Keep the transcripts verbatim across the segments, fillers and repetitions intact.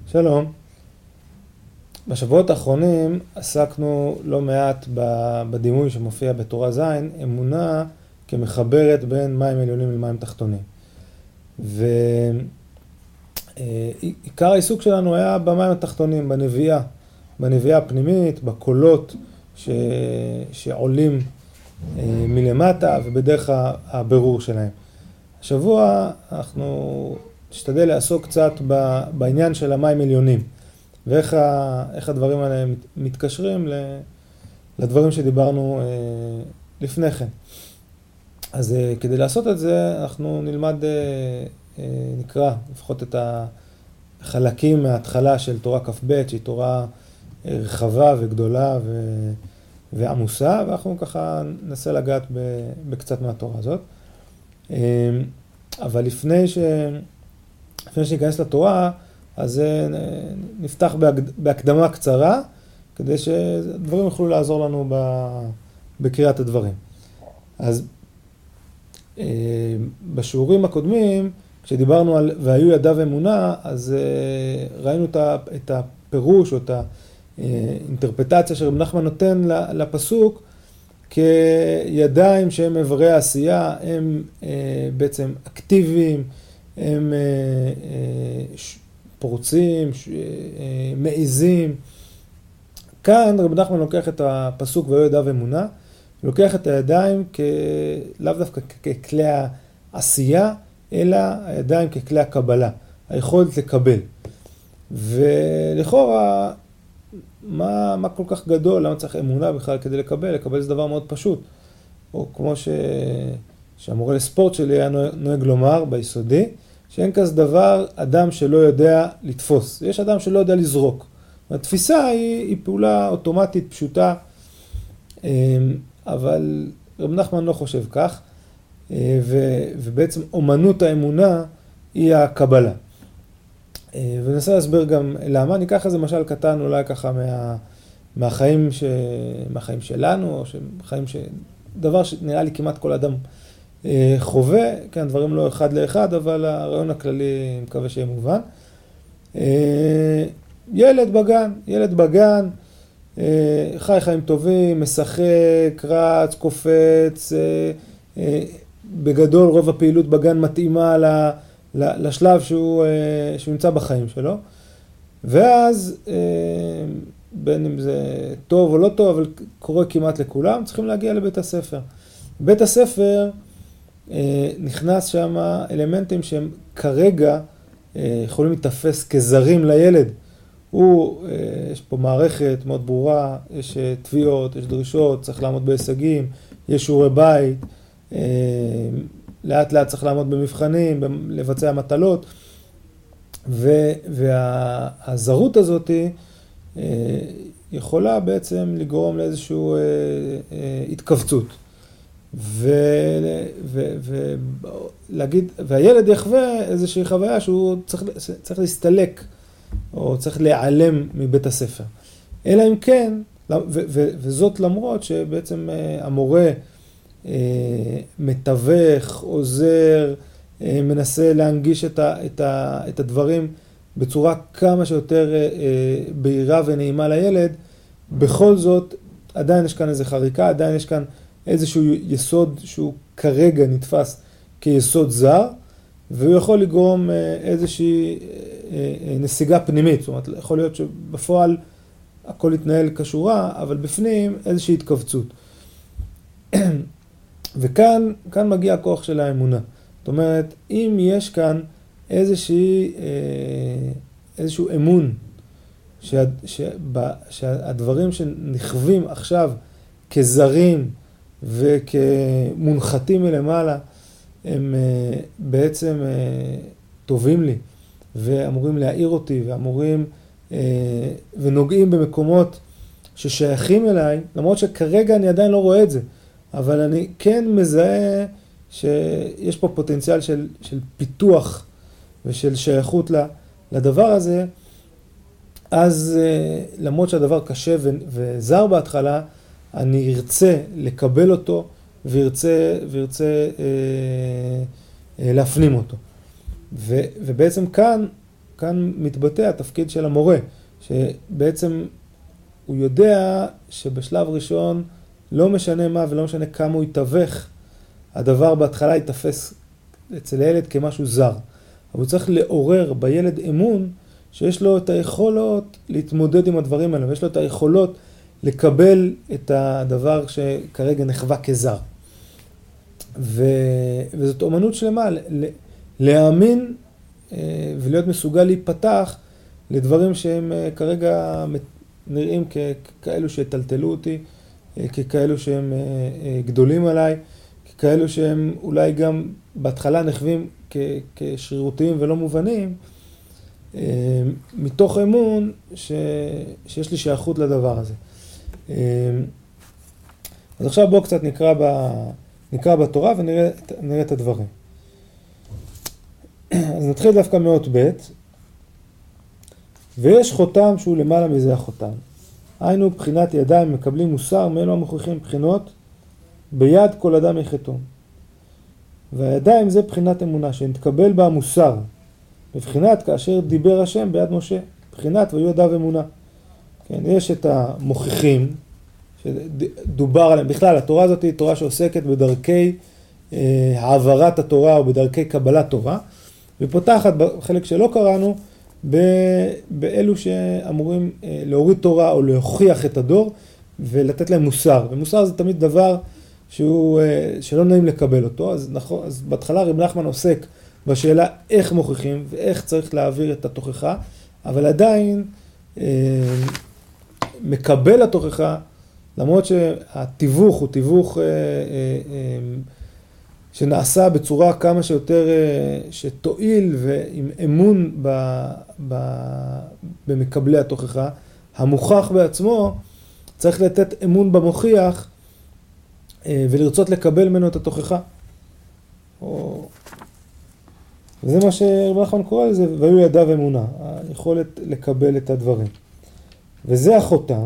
שלום. בשבועות האחרונים עסקנו לא מעט בדימוי שמופיע בתורה ז', אמונה כמחברת בין מים עליונים למים תחתונים. ועיקר העיסוק שלנו היה במים התחתונים, בנביאה, בנביאה הפנימית, בקולות ש... שעולים מלמטה ובדרך הבירור שלהם. השבוע אנחנו נשתדל לעסוק קצת בעניין של המים עליונים, ואיך ה... איך הדברים האלה מתקשרים לדברים שדיברנו לפני כן. אז כדי לעשות את זה אנחנו נלמד, נקרא לפחות את החלקים מההתחלה של תורה כ"ב, שהיא תורה רחבה וגדולה ו... ועמוסה, ואנחנו ככה ננסה לגעת בקצת מהתורה הזאת. אבל לפני ש... לפני שניכנס לתורה, אז נפתח בהקדמה קצרה, כדי שדברים יוכלו לעזור לנו בקריאת הדברים. אז בשיעורים הקודמים, כשדיברנו על והיו ידיו אמונה, אז ראינו את הפירוש או את האינטרפטציה שרב נחמן נותן לפסוק, כידיים שהם עברי העשייה, הם בעצם אקטיביים, הם פורצים, מעיזים. כאן רב נחמן לוקח את הפסוק והיו ידיו אמונה, לוקח את הידיים לאו דווקא ככלי העשייה, אלא הידיים ככלי הקבלה, היכולת לקבל. ולכאורה, מה, מה כל כך גדול? למה צריך אמונה בכלל כדי לקבל? לקבל זה דבר מאוד פשוט. או כמו ש... שהמורה לספורט שלי היה נוהג לומר ביסודי, שאין כזה דבר אדם שלא יודע לתפוס. יש אדם שלא יודע לזרוק. התפיסה היא, היא פעולה אוטומטית פשוטה, אבל רב נחמן לא חושב כך, ו, ובעצם אומנות האמונה היא הקבלה. וננסה להסביר גם למה. ניקח איזה משל קטן אולי ככה מה, מהחיים, ש, מהחיים שלנו, או חיים ש... דבר שנראה לי כמעט כל אדם חווה, כן, דברים לא אחד לאחד, אבל הרעיון הכללי אני מקווה שיהיה מובן. ילד בגן, ילד בגן, חי חיים טובים, משחק, רץ, קופץ, בגדול רוב הפעילות בגן מתאימה לשלב שהוא, שהוא נמצא בחיים שלו. ואז, בין אם זה טוב או לא טוב, אבל קורה כמעט לכולם, צריכים להגיע לבית הספר. בית הספר נכנס שם אלמנטים שהם כרגע יכולים להתאפס כזרים לילד. הוא, יש פה מערכת מאוד ברורה, יש תביעות, יש דרישות, צריך לעמוד בהישגים, יש שיעורי בית, לאט לאט צריך לעמוד במבחנים, לבצע מטלות, והזרות הזאת יכולה בעצם לגרום לאיזושהי התכווצות. ולהגיד, והילד יחווה איזושהי חוויה שהוא צריך, צריך להסתלק, או צריך להיעלם מבית הספר. אלא אם כן, וזאת למרות שבעצם המורה מתווך, עוזר, מנסה להנגיש את, ה, את, ה, את הדברים בצורה כמה שיותר בהירה ונעימה לילד, בכל זאת עדיין יש כאן איזו חריקה, עדיין יש כאן איזשהו יסוד שהוא כרגע נתפס כיסוד זר, והוא יכול לגרום איזושהי נסיגה פנימית. זאת אומרת, יכול להיות שבפועל הכל יתנהל כשורה, אבל בפנים איזושהי התכווצות. וכאן כאן מגיע הכוח של האמונה. זאת אומרת, אם יש כאן איזושהי, איזשהו אמון, שהדברים שנכווים עכשיו כזרים וכמונחתים מלמעלה, הם בעצם טובים לי, ואמורים להעיר אותי, ואמורים, ונוגעים במקומות ששייכים אליי, למרות שכרגע אני עדיין לא רואה את זה, אבל אני כן מזהה שיש פה פוטנציאל של, של פיתוח ושל שייכות לדבר הזה, אז למרות שהדבר קשה וזר בהתחלה, אני ארצה לקבל אותו, וירצה, וירצה אה, אה, להפנים אותו. ו, ובעצם כאן כאן מתבטא התפקיד של המורה, שבעצם הוא יודע שבשלב ראשון לא משנה מה ולא משנה כמה הוא יתווך, הדבר בהתחלה יתפס אצל הילד כמשהו זר. אבל הוא צריך לעורר בילד אמון שיש לו את היכולות להתמודד עם הדברים האלה, ויש לו את היכולות לקבל את הדבר שכרגע נחווה כזר. ו... וזאת אומנות שלמה, ל... להאמין ולהיות מסוגל להיפתח לדברים שהם כרגע נראים ככאלו שטלטלו אותי, ככאלו שהם גדולים עליי, ככאלו שהם אולי גם בהתחלה נחווים כשרירותיים ולא מובנים, מתוך אמון ש... שיש לי שייכות לדבר הזה. אז עכשיו בואו קצת נקרא, ב... נקרא בתורה ונראה נראה את הדברים. אז נתחיל דווקא מאות ב' ויש חותם שהוא למעלה מזה החותם. היינו בחינת ידיים מקבלים מוסר מאלו המוכיחים בחינות ביד כל אדם יחתום. והידיים זה בחינת אמונה שנתקבל בה מוסר. בבחינת כאשר דיבר השם ביד משה. בחינת ויהיו ידיו אמונה. כן, יש את המוכיחים שדובר עליהם. בכלל התורה הזאת היא תורה שעוסקת בדרכי אה, העברת התורה או בדרכי קבלת תורה. ופותחת בחלק שלא קראנו באלו שאמורים להוריד תורה או להוכיח את הדור ולתת להם מוסר. ומוסר זה תמיד דבר שהוא, שלא נעים לקבל אותו. אז, נכון, אז בהתחלה רב נחמן עוסק בשאלה איך מוכיחים ואיך צריך להעביר את התוכחה, אבל עדיין אה, מקבל התוכחה, למרות שהתיווך הוא תיווך אה, אה, אה, שנעשה בצורה כמה שיותר שתועיל ועם אמון ב, ב, במקבלי התוכחה, המוכח בעצמו צריך לתת אמון במוכיח ולרצות לקבל ממנו את התוכחה. או... וזה מה שרב נחמן קורא לזה, והיו ידיו אמונה, היכולת לקבל את הדברים. וזה החותם,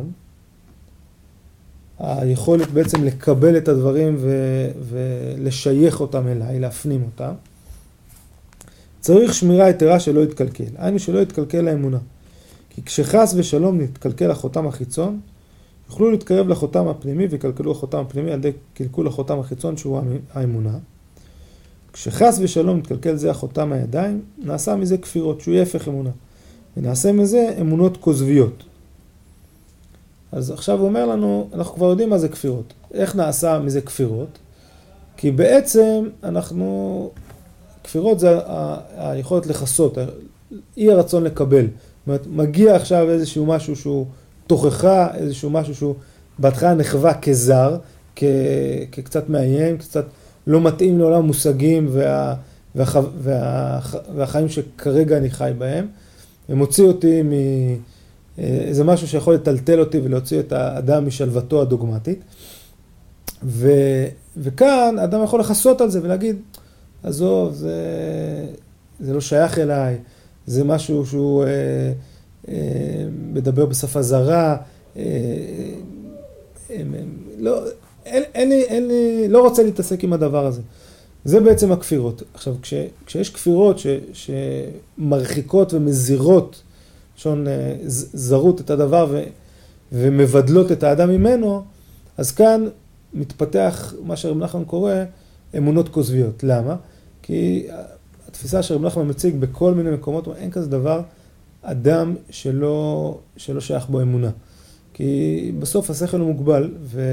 היכולת בעצם לקבל את הדברים ו- ולשייך אותם אליי, להפנים אותם. צריך שמירה יתרה שלא יתקלקל. היינו שלא יתקלקל האמונה. כי כשחס ושלום נתקלקל החותם החיצון, יוכלו להתקרב לחותם הפנימי ויקלקלו החותם הפנימי על ידי קלקול החותם החיצון שהוא האמונה. כשחס ושלום נתקלקל זה החותם הידיים, נעשה מזה כפירות, שהוא יפך אמונה. ונעשה מזה אמונות כוזביות. אז עכשיו הוא אומר לנו, אנחנו כבר יודעים מה זה כפירות. איך נעשה מזה כפירות? כי בעצם אנחנו, כפירות זה היכולת לחסות, אי הרצון לקבל. זאת אומרת, מגיע עכשיו איזשהו משהו שהוא תוכחה, איזשהו משהו שהוא בהתחלה נחווה כזר, כ, כקצת מאיים, קצת לא מתאים לעולם המושגים וה, והח, וה, והחיים שכרגע אני חי בהם. ומוציא אותי מ... זה משהו שיכול לטלטל אותי ולהוציא את האדם משלוותו הדוגמטית. ו, וכאן האדם יכול לחסות על זה ולהגיד, עזוב, זה, זה לא שייך אליי, זה משהו שהוא אה, אה, מדבר בשפה זרה, אה, אה, לא, אין, אין לי, אין לי, לא רוצה להתעסק עם הדבר הזה. זה בעצם הכפירות. עכשיו, כש, כשיש כפירות ש, שמרחיקות ומזירות, שון זרות את הדבר ו, ומבדלות את האדם ממנו, אז כאן מתפתח מה שרב נחמן קורא אמונות כוזביות. למה? כי התפיסה שרב נחמן מציג בכל מיני מקומות, אין כזה דבר אדם שלא, שלא שייך בו אמונה. כי בסוף השכל הוא מוגבל, ו,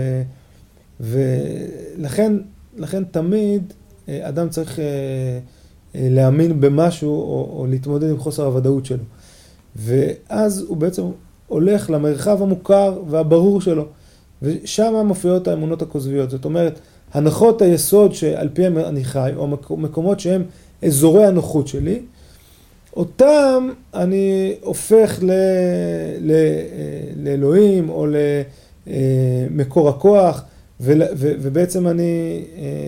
ולכן לכן תמיד אדם צריך להאמין במשהו או, או להתמודד עם חוסר הוודאות שלו. ואז הוא בעצם הולך למרחב המוכר והברור שלו. ושם מופיעות האמונות הכוזביות. זאת אומרת, הנחות היסוד שעל פיהם אני חי, או מקומות שהם אזורי הנוחות שלי, אותם אני הופך ל... ל... לאלוהים או למקור הכוח, ו... ו... ובעצם אני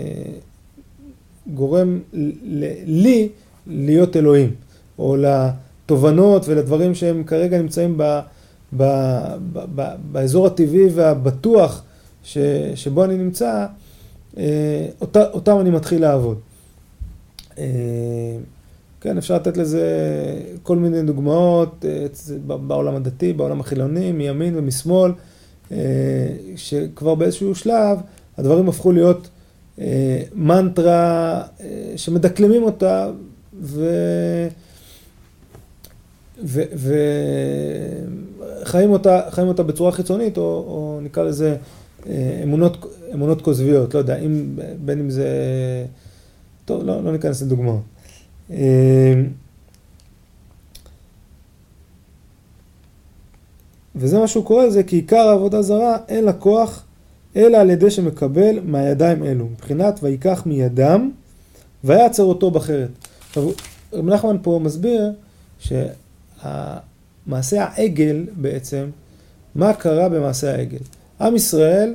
גורם לי להיות אלוהים, או לתובנות ולדברים שהם כרגע נמצאים ב... ב... ב... ב... באזור הטבעי והבטוח ש... שבו אני נמצא, אותם אני מתחיל לעבוד. כן, אפשר לתת לזה כל מיני דוגמאות בעולם הדתי, בעולם החילוני, מימין ומשמאל, שכבר באיזשהו שלב הדברים הפכו להיות מנטרה שמדקלמים אותה ו... ו... וחיים אותה, חיים אותה בצורה חיצונית, או, או נקרא לזה אמונות, אמונות כוזביות, לא יודע, אם, בין אם זה... טוב, לא, לא ניכנס לדוגמאות. וזה מה שהוא קורא לזה, כי עיקר העבודה זרה אין לה כוח, אלא על ידי שמקבל מהידיים אלו. מבחינת ויקח מידם, ויעצר אותו בחרת. עכשיו, רב נחמן פה מסביר שמעשה העגל בעצם, מה קרה במעשה העגל? עם ישראל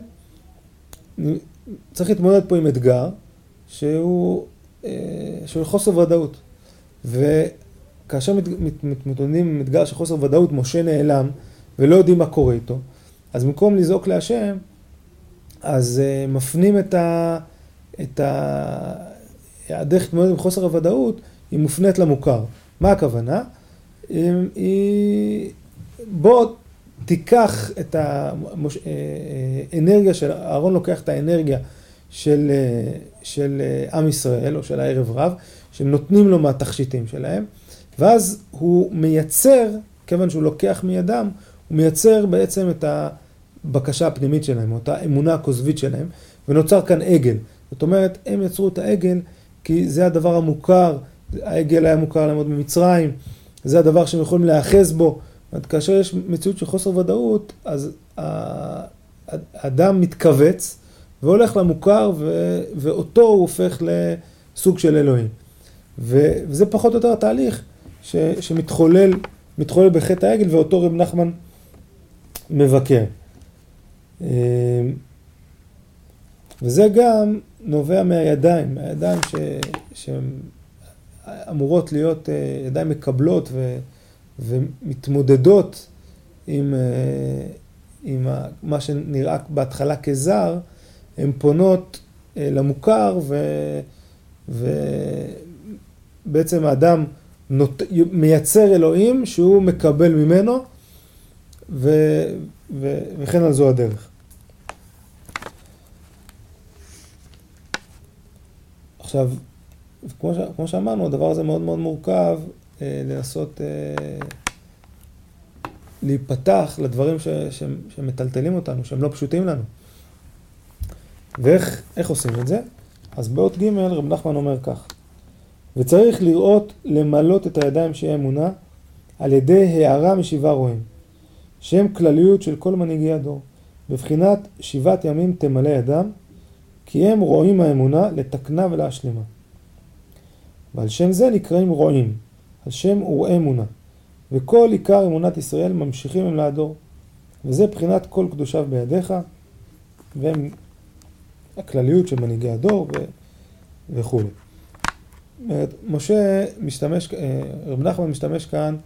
צריך להתמודד פה עם אתגר, שהוא, שהוא חוסר ודאות. וכאשר מתמודדים עם אתגר של חוסר ודאות, משה נעלם, ולא יודעים מה קורה איתו. אז במקום לזעוק להשם, אז uh, מפנים את ה... את ה... הדרך להתמודד עם חוסר הוודאות, היא מופנית למוכר. מה הכוונה? היא... בוא תיקח את האנרגיה של... אהרון לוקח את האנרגיה של, של עם ישראל, או של הערב רב, שהם נותנים לו מהתכשיטים שלהם, ואז הוא מייצר, כיוון שהוא לוקח מידם, הוא מייצר בעצם את הבקשה הפנימית שלהם, או את האמונה הכוזבית שלהם, ונוצר כאן עגל. זאת אומרת, הם יצרו את העגל, כי זה הדבר המוכר, העגל היה מוכר להם עוד ממצרים, זה הדבר שהם יכולים להאחז בו. כאשר יש מציאות של חוסר ודאות, אז האדם מתכווץ, והולך למוכר, ו... ואותו הוא הופך לסוג של אלוהים. ו... וזה פחות או יותר התהליך ש... שמתחולל, מתחולל בחטא העגל, ואותו רב נחמן מבקר. וזה גם נובע מהידיים, מהידיים ש... שאמורות להיות ידיים מקבלות ו... ומתמודדות עם, עם מה שנראה בהתחלה כזר, הן פונות למוכר, ו... ובעצם האדם נות... מייצר אלוהים שהוא מקבל ממנו, ו... ו... וכן על זו הדרך. עכשיו, כמו, ש... כמו שאמרנו, הדבר הזה מאוד מאוד מורכב, אה, לנסות אה, להיפתח לדברים ש... ש... שמטלטלים אותנו, שהם לא פשוטים לנו. ואיך איך עושים את זה? אז באות ג' רב נחמן אומר כך: וצריך לראות למלות את הידיים שהיא אמונה על ידי הערה משבעה רועים, שהם כלליות של כל מנהיגי הדור, בבחינת שבעת ימים תמלא ידם, כי הם רואים האמונה לתקנה ולהשלימה. ועל שם זה נקראים רועים, על שם וראי אמונה, וכל עיקר אמונת ישראל ממשיכים הם להדור, וזה בחינת כל קדושיו בידיך, והם הכלליות של מנהיגי הדור ו... וכו'. משה משתמש, רב נחמן משתמש כאן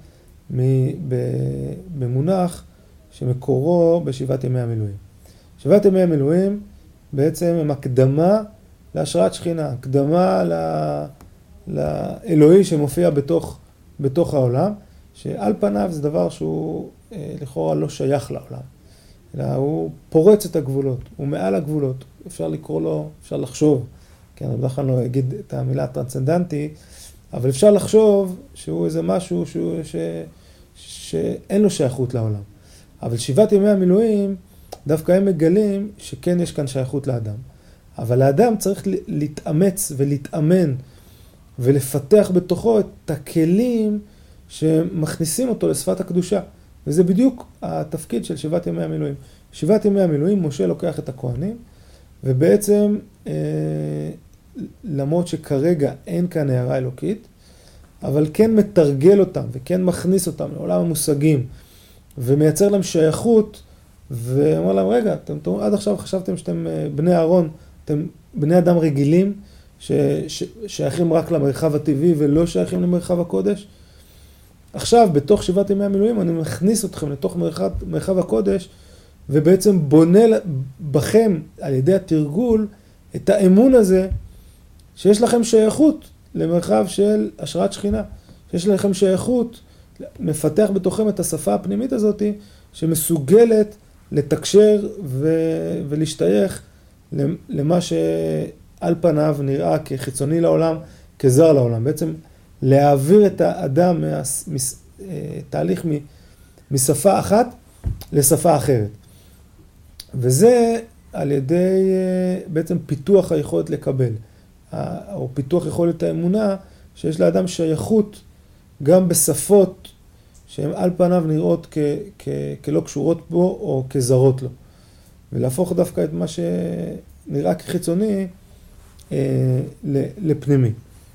במונח שמקורו בשבעת ימי המילואים. שבעת ימי המילואים בעצם הם הקדמה להשראת שכינה, הקדמה לאלוהי שמופיע בתוך, בתוך העולם, שעל פניו זה דבר שהוא לכאורה לא שייך לעולם, אלא הוא פורץ את הגבולות, הוא מעל הגבולות, אפשר לקרוא לו, אפשר לחשוב, כן, אני בכלל לא אגיד את המילה הטרנסצנדנטי, אבל אפשר לחשוב שהוא איזה משהו שהוא, ש, שאין לו שייכות לעולם. אבל שבעת ימי המילואים, דווקא הם מגלים שכן יש כאן שייכות לאדם. אבל האדם צריך להתאמץ ולהתאמן ולפתח בתוכו את הכלים שמכניסים אותו לשפת הקדושה. וזה בדיוק התפקיד של שבעת ימי המילואים. שבעת ימי המילואים, משה לוקח את הכהנים, ובעצם, אה, למרות שכרגע אין כאן הערה אלוקית, אבל כן מתרגל אותם וכן מכניס אותם לעולם המושגים, ומייצר להם שייכות, ואומר להם, רגע, אתם, אתם עד עכשיו חשבתם שאתם בני אהרון, אתם בני אדם רגילים, ש, ש, שייכים רק למרחב הטבעי ולא שייכים למרחב הקודש. עכשיו, בתוך שבעת ימי המילואים, אני מכניס אתכם לתוך מרחב, מרחב הקודש, ובעצם בונה בכם על ידי התרגול את האמון הזה שיש לכם שייכות למרחב של השראת שכינה, שיש לכם שייכות, מפתח בתוכם את השפה הפנימית הזאת, שמסוגלת לתקשר ו- ולהשתייך למה שעל פניו נראה כחיצוני לעולם, כזר לעולם. בעצם להעביר את האדם מתהליך משפה אחת לשפה אחרת. וזה על ידי בעצם פיתוח היכולת לקבל, או פיתוח יכולת האמונה, שיש לאדם שייכות גם בשפות שהן על פניו נראות כ- כ- כלא קשורות בו או כזרות לו. ולהפוך דווקא את מה שנראה כחיצוני אה, לפנימי.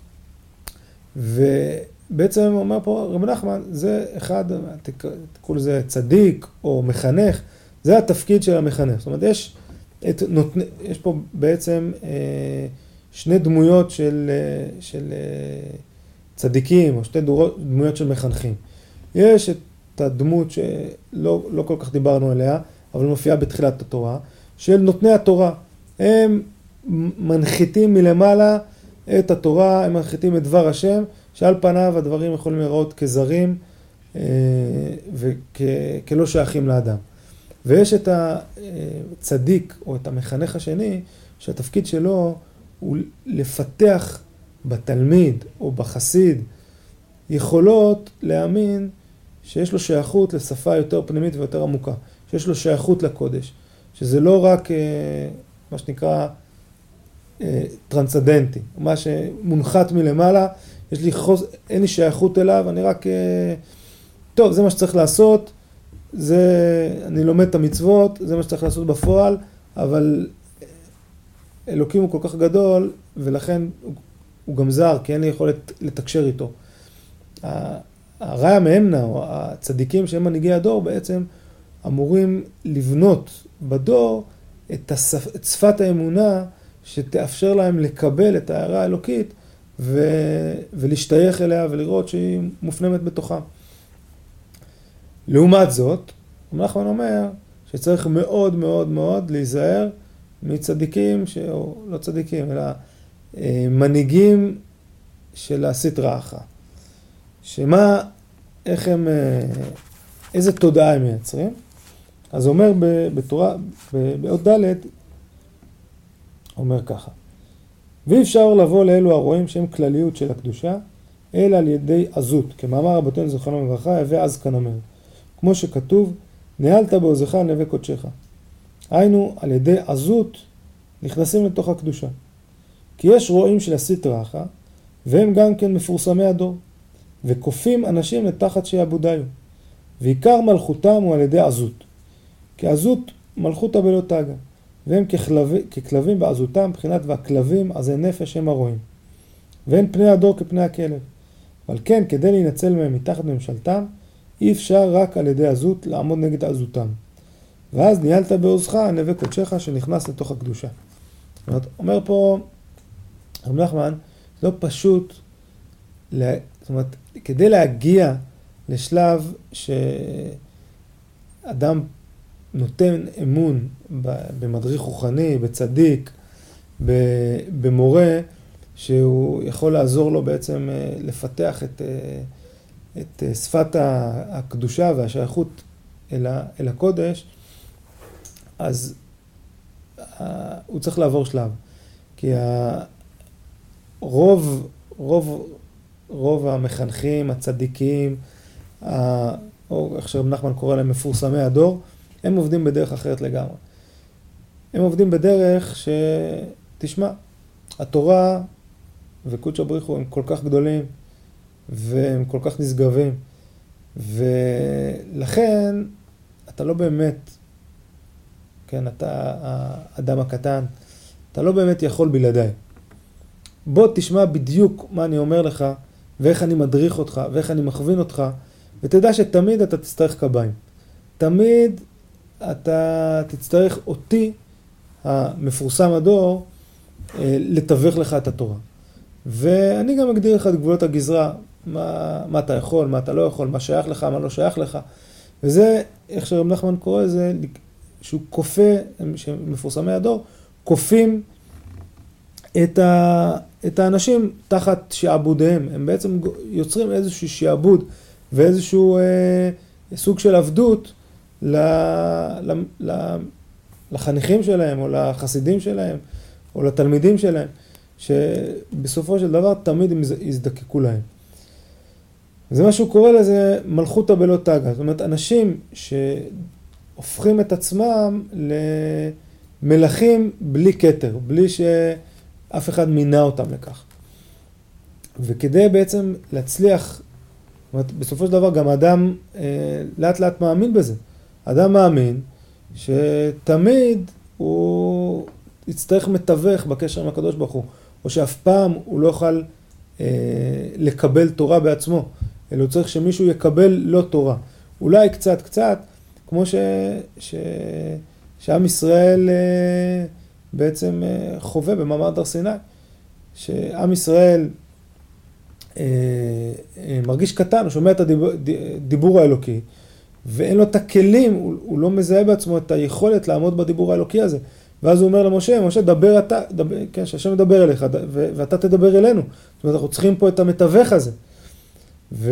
ובעצם אומר פה רבי נחמן, זה אחד, תקראו לזה צדיק או מחנך, זה התפקיד של המחנך. זאת אומרת, יש, את, נותני, יש פה בעצם אה, שני דמויות של, של אה, צדיקים, או שתי דמויות של מחנכים. יש את הדמות שלא לא כל כך דיברנו עליה, אבל מופיעה בתחילת התורה, של נותני התורה. הם מנחיתים מלמעלה את התורה, הם מנחיתים את דבר השם, שעל פניו הדברים יכולים לראות כזרים וכלא שייכים לאדם. ויש את הצדיק או את המחנך השני, שהתפקיד שלו הוא לפתח בתלמיד או בחסיד יכולות להאמין שיש לו שייכות לשפה יותר פנימית ויותר עמוקה, שיש לו שייכות לקודש, שזה לא רק מה שנקרא טרנסדנטי, מה שמונחת מלמעלה, יש לי חוס... אין לי שייכות אליו, אני רק, טוב, זה מה שצריך לעשות, זה, אני לומד את המצוות, זה מה שצריך לעשות בפועל, אבל אלוקים הוא כל כך גדול, ולכן הוא גם זר, כי אין לי יכולת לתקשר איתו. הרעי המאמנה, או הצדיקים שהם מנהיגי הדור, בעצם אמורים לבנות בדור את, השפ... את שפת האמונה, שתאפשר להם לקבל את ההערה האלוקית, ו... ולהשתייך אליה ולראות שהיא מופנמת בתוכה. לעומת זאת, רבי נחמן אומר שצריך מאוד מאוד מאוד להיזהר מצדיקים, ש... או לא צדיקים, אלא מנהיגים של הסטרא אחרא. שמה, איך הם, איזה תודעה הם מייצרים? אז אומר בתורה, באות ד' אומר ככה, ואי אפשר לבוא לאלו הרואים שהם כלליות של הקדושה, אלא על ידי עזות, כמאמר רבותינו זכרונם לברכה, הווה עז כנמר. כמו שכתוב, ניהלת בעוזך על נווה קודשך. היינו, על ידי עזות נכנסים לתוך הקדושה. כי יש רואים של הסטרא אחרא, והם גם כן מפורסמי הדור, וכופים אנשים לתחת שיעבודיו. ועיקר מלכותם הוא על ידי עזות. כי עזות מלכותא בלא תגא, והם ככלבים, ככלבים בעזותם, מבחינת והכלבים עזי נפש הם הרואים. ואין פני הדור כפני הכלב. אבל כן, כדי להינצל מהם מתחת ממשלתם, אי אפשר רק על ידי עזות לעמוד נגד עזותם. ואז ניהלת בעוזך נווה קודשך שנכנס לתוך הקדושה. זאת אומרת, אומר פה רבי נחמן, לא פשוט, לה, זאת אומרת, כדי להגיע לשלב שאדם נותן אמון במדריך רוחני, בצדיק, במורה, שהוא יכול לעזור לו בעצם לפתח את, את שפת הקדושה והשייכות אל, אל הקודש, אז הוא צריך לעבור שלב. כי הרוב, רוב, רוב המחנכים, הצדיקים, או איך שרב נחמן קורא להם מפורסמי הדור, הם עובדים בדרך אחרת לגמרי. הם עובדים בדרך שתשמע, התורה וקודש הבריך הוא הם כל כך גדולים, והם כל כך נשגבים, ולכן אתה לא באמת, כן, אתה האדם הקטן, אתה לא באמת יכול בלעדיי. בוא תשמע בדיוק מה אני אומר לך, ואיך אני מדריך אותך, ואיך אני מכווין אותך, ותדע שתמיד אתה תצטרך קביים. תמיד אתה תצטרך אותי, המפורסם הדור, לתווך לך את התורה. ואני גם אגדיר לך את גבולות הגזרה, מה, מה אתה יכול, מה אתה לא יכול, מה שייך לך, מה לא שייך לך. וזה, איך שרב נחמן קורא, זה שהוא כופה, שמפורסמי הדור, כופים את, ה, את האנשים תחת שעבודיהם. הם בעצם יוצרים איזשהו שעבוד ואיזשהו אה, סוג של עבדות ל, ל, ל, לחניכים שלהם או לחסידים שלהם או לתלמידים שלהם, שבסופו של דבר תמיד הם יזדקקו להם. זה מה שהוא קורא לזה מלכותא בלא תגא. זאת אומרת, אנשים שהופכים את עצמם למלכים בלי כתר, בלי שאף אחד מינה אותם לכך. וכדי בעצם להצליח, זאת אומרת, בסופו של דבר גם האדם אה, לאט לאט מאמין בזה. אדם מאמין שתמיד הוא יצטרך מתווך בקשר עם הקדוש ברוך הוא, או שאף פעם הוא לא יוכל אה, לקבל תורה בעצמו, אלא הוא צריך שמישהו יקבל לא תורה. אולי קצת קצת, כמו ש, ש, שעם ישראל אה, בעצם אה, חווה במעמד הר סיני, שעם ישראל אה, אה, מרגיש קטן, הוא שומע את הדיבור, הדיבור האלוקי, ואין לו את הכלים, הוא, הוא לא מזהה בעצמו את היכולת לעמוד בדיבור האלוקי הזה. ואז הוא אומר למשה, משה, דבר אתה, דבר, כן, שהשם מדבר אליך, ו, ואתה תדבר אלינו. זאת אומרת, אנחנו צריכים פה את המתווך הזה. ו,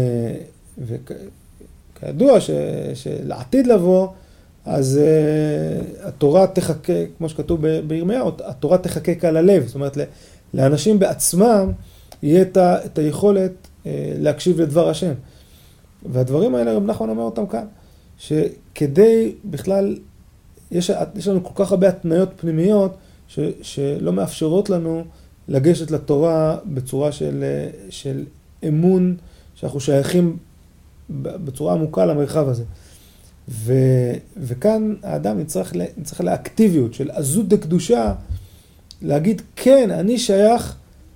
וכידוע ש, שלעתיד לבוא, אז uh, התורה תחכה, כמו שכתוב בירמיהו, התורה תחכה על הלב. זאת אומרת, לאנשים בעצמם יהיה את, ה, את היכולת uh, להקשיב לדבר השם. והדברים האלה, רב נחמן אומר אותם כאן, שכדי בכלל, יש, יש לנו כל כך הרבה התניות פנימיות, ש, שלא מאפשרות לנו לגשת לתורה בצורה של, של אמון, שאנחנו שייכים בצורה עמוקה למרחב הזה. ו, וכאן האדם נצטרך, נצטרך לאקטיביות של עזות דקדושה, להגיד, כן, אני שייך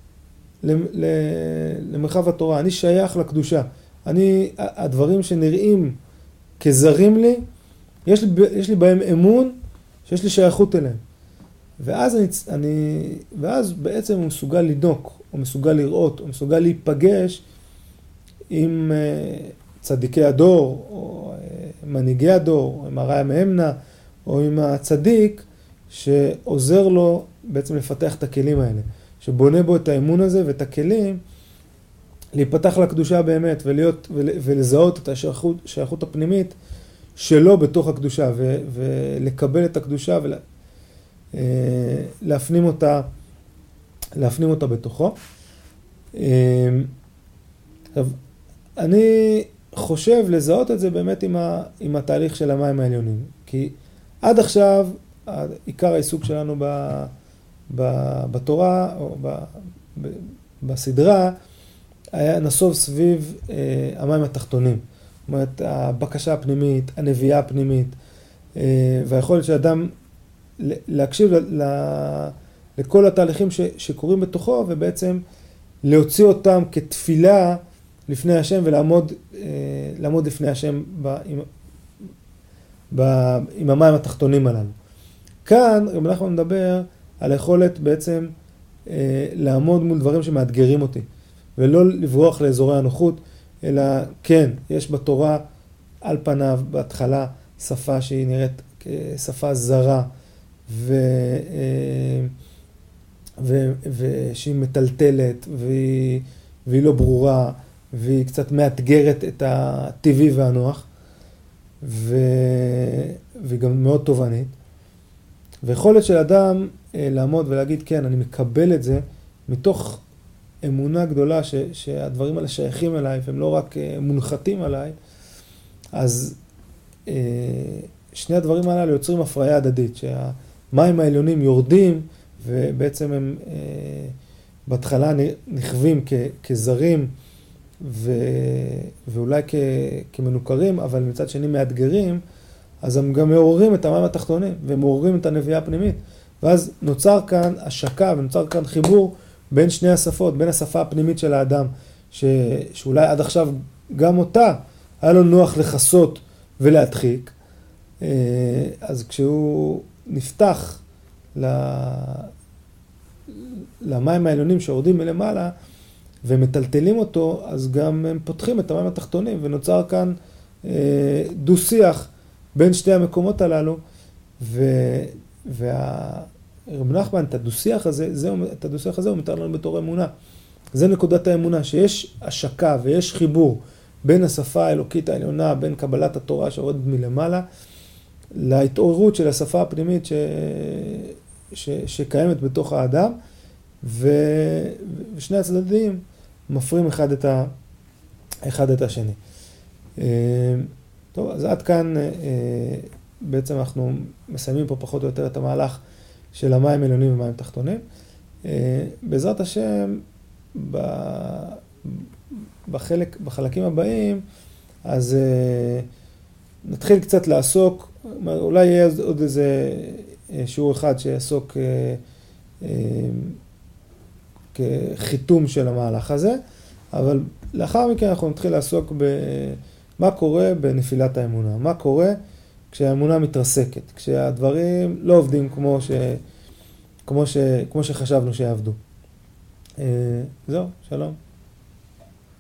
למרחב התורה, אני שייך לקדושה. אני, הדברים שנראים כזרים לי, יש לי, יש לי בהם אמון שיש לי שייכות אליהם. ואז, אני, אני, ואז בעצם הוא מסוגל לדוק, הוא מסוגל לראות, הוא מסוגל להיפגש עם צדיקי הדור, או מנהיגי הדור, או עם הרעיה מהמנה, או עם הצדיק, שעוזר לו בעצם לפתח את הכלים האלה, שבונה בו את האמון הזה ואת הכלים, להיפתח לקדושה באמת, ולהיות, ולזהות את השייכות, השייכות הפנימית שלו בתוך הקדושה, ו, ולקבל את הקדושה ולהפנים אותה, להפנים אותה בתוכו. עכשיו, אני חושב לזהות את זה באמת עם, ה, עם התהליך של המים העליונים, כי עד עכשיו, עיקר העיסוק שלנו ב, ב, בתורה, או ב, ב, בסדרה, היה נסוב סביב אה, המים התחתונים. זאת אומרת, הבקשה הפנימית, הנביאה הפנימית, אה, והיכולת של אדם להקשיב ל, ל, לכל התהליכים ש, שקורים בתוכו, ובעצם להוציא אותם כתפילה לפני השם, ולעמוד אה, לעמוד לפני השם ב, עם, ב, עם המים התחתונים הללו. כאן, רב נחמן מדבר על היכולת בעצם אה, לעמוד מול דברים שמאתגרים אותי. ולא לברוח לאזורי הנוחות, אלא כן, יש בתורה על פניו, בהתחלה, שפה שהיא נראית כשפה זרה, ו, ו, ושהיא מטלטלת, והיא, והיא לא ברורה, והיא קצת מאתגרת את הטבעי והנוח, ו, והיא גם מאוד תובענית. ויכולת של אדם לעמוד ולהגיד, כן, אני מקבל את זה, מתוך אמונה גדולה ש, שהדברים האלה שייכים אליי, והם לא רק מונחתים עליי, אז שני הדברים האלה יוצרים הפריה הדדית, שהמים העליונים יורדים, ובעצם הם בהתחלה נכווים כ, כזרים, ו, ואולי כ, כמנוכרים, אבל מצד שני מאתגרים, אז הם גם מעוררים את המים התחתונים, והם מעוררים את הנביאה הפנימית, ואז נוצר כאן השקה, ונוצר כאן חיבור, בין שני השפות, בין השפה הפנימית של האדם, ש... שאולי עד עכשיו גם אותה, היה לו נוח לחסות ולהדחיק, אז כשהוא נפתח ל... למים העליונים שיורדים מלמעלה, ומטלטלים אותו, אז גם הם פותחים את המים התחתונים, ונוצר כאן דו-שיח בין שתי המקומות הללו, ו... וה... רב נחמן, את הדו-שיח הזה, זה, את הדו-שיח הזה הוא מתאר לנו בתור אמונה. זה נקודת האמונה, שיש השקה ויש חיבור בין השפה האלוקית העליונה, בין קבלת התורה שעובדת מלמעלה, להתעוררות של השפה הפנימית ש... ש... שקיימת בתוך האדם, ו... ושני הצדדים מפרים אחד את, ה... אחד את השני. טוב, אז עד כאן בעצם אנחנו מסיימים פה פחות או יותר את המהלך של המים עליונים ומים תחתונים. בעזרת השם, בחלק, בחלקים הבאים, אז נתחיל קצת לעסוק, אולי יהיה עוד איזה שיעור אחד שיעסוק כחיתום של המהלך הזה, אבל לאחר מכן אנחנו נתחיל לעסוק במה קורה בנפילת האמונה, מה קורה כשהאמונה מתרסקת, כשהדברים לא עובדים כמו, ש, כמו, ש, כמו שחשבנו שיעבדו. זהו, שלום.